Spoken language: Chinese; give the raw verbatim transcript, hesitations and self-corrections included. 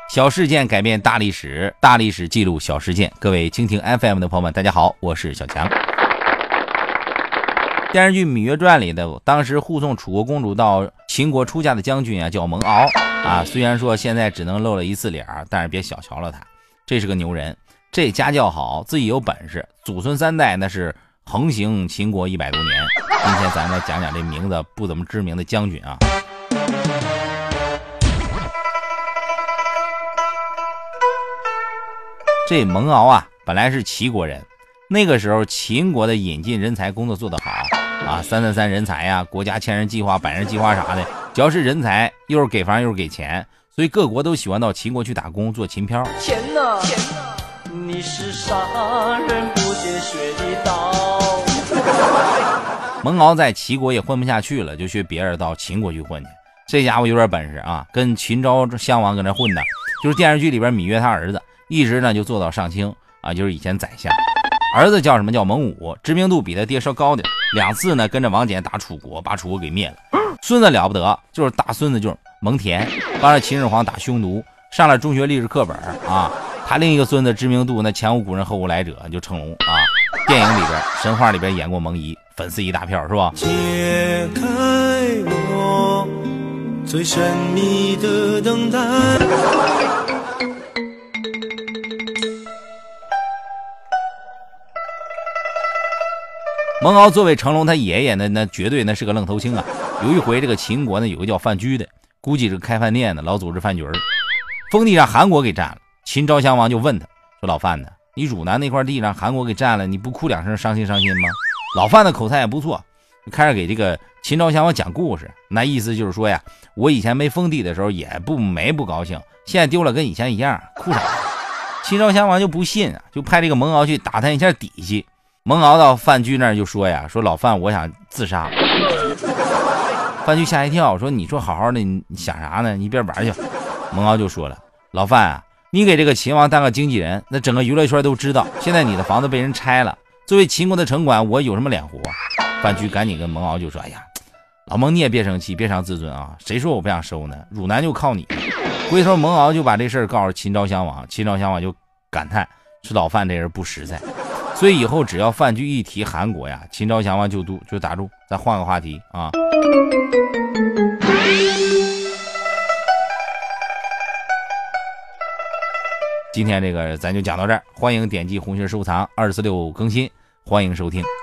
小事件改变大历史，大历史记录小事件。各位蜻蜓 F M 的朋友们，大家好，我是小强。电视剧《芈月传》里的当时护送楚国公主到秦国出嫁的将军啊，叫蒙敖啊。虽然说现在只能露了一次脸，但是别小瞧了他，这是个牛人，这家教好，自己有本事，祖孙三代那是横行秦国一百多年。今天咱们来讲讲这名字不怎么知名的将军啊。这蒙敖啊，本来是齐国人，那个时候秦国的引进人才工作做得好啊，三三三人才呀、啊，国家千人计划、百人计划啥的，只要是人才，又是给房又是给钱，所以各国都喜欢到秦国去打工做秦漂。钱呢？钱呢？你是杀人不见血的刀。蒙敖在齐国也混不下去了，就学别人到秦国去混去。这家伙有点本事啊，跟秦昭襄王搁那混的，就是电视剧里边芈月他儿子。一直呢就做到上卿啊，就是以前宰相。儿子叫什么？叫蒙武，知名度比他爹稍高点。两次呢跟着王翦打楚国，把楚国给灭了。孙子了不得，就是大孙子就是蒙恬，帮着秦始皇打匈奴，上了中学历史课本啊。他另一个孙子知名度那前无古人后无来者，就成龙啊。电影里边、神话里边演过蒙仪，粉丝一大票是吧？解开我最神秘的等待。蒙敖作为成龙他爷爷呢，那绝对那是个愣头青啊。有一回这个秦国呢有个叫范雎的，估计是开饭店的，老组织饭局儿，封地让韩国给占了。秦昭襄王就问他说：“老范的，你汝南那块地让韩国给占了，你不哭两声伤心伤心吗？”老范的口才也不错，就开始给这个秦昭襄王讲故事，那意思就是说呀，我以前没封地的时候也不没不高兴，现在丢了跟以前一样，哭啥？秦昭襄王就不信啊，就派这个蒙敖去打探一下底细。蒙敖到范雎那儿就说呀，说老范我想自杀。范雎吓一跳，说你说好好的你想啥呢？你一边玩去。蒙敖就说了，老范啊，你给这个秦王当个经纪人，那整个娱乐圈都知道，现在你的房子被人拆了，作为秦国的城管，我有什么脸活？范雎赶紧跟蒙敖就说，哎呀，老蒙你也别生气，别伤自尊啊，谁说我不想收呢？汝南就靠你。回头蒙敖就把这事儿告诉秦昭襄王，秦昭襄王就感叹说老范这人不实在。所以以后只要范雎一提韩国呀，秦昭襄王就嘟就打住，再换个话题啊。今天这个咱就讲到这儿，欢迎点击红心收藏，二四六更新，欢迎收听。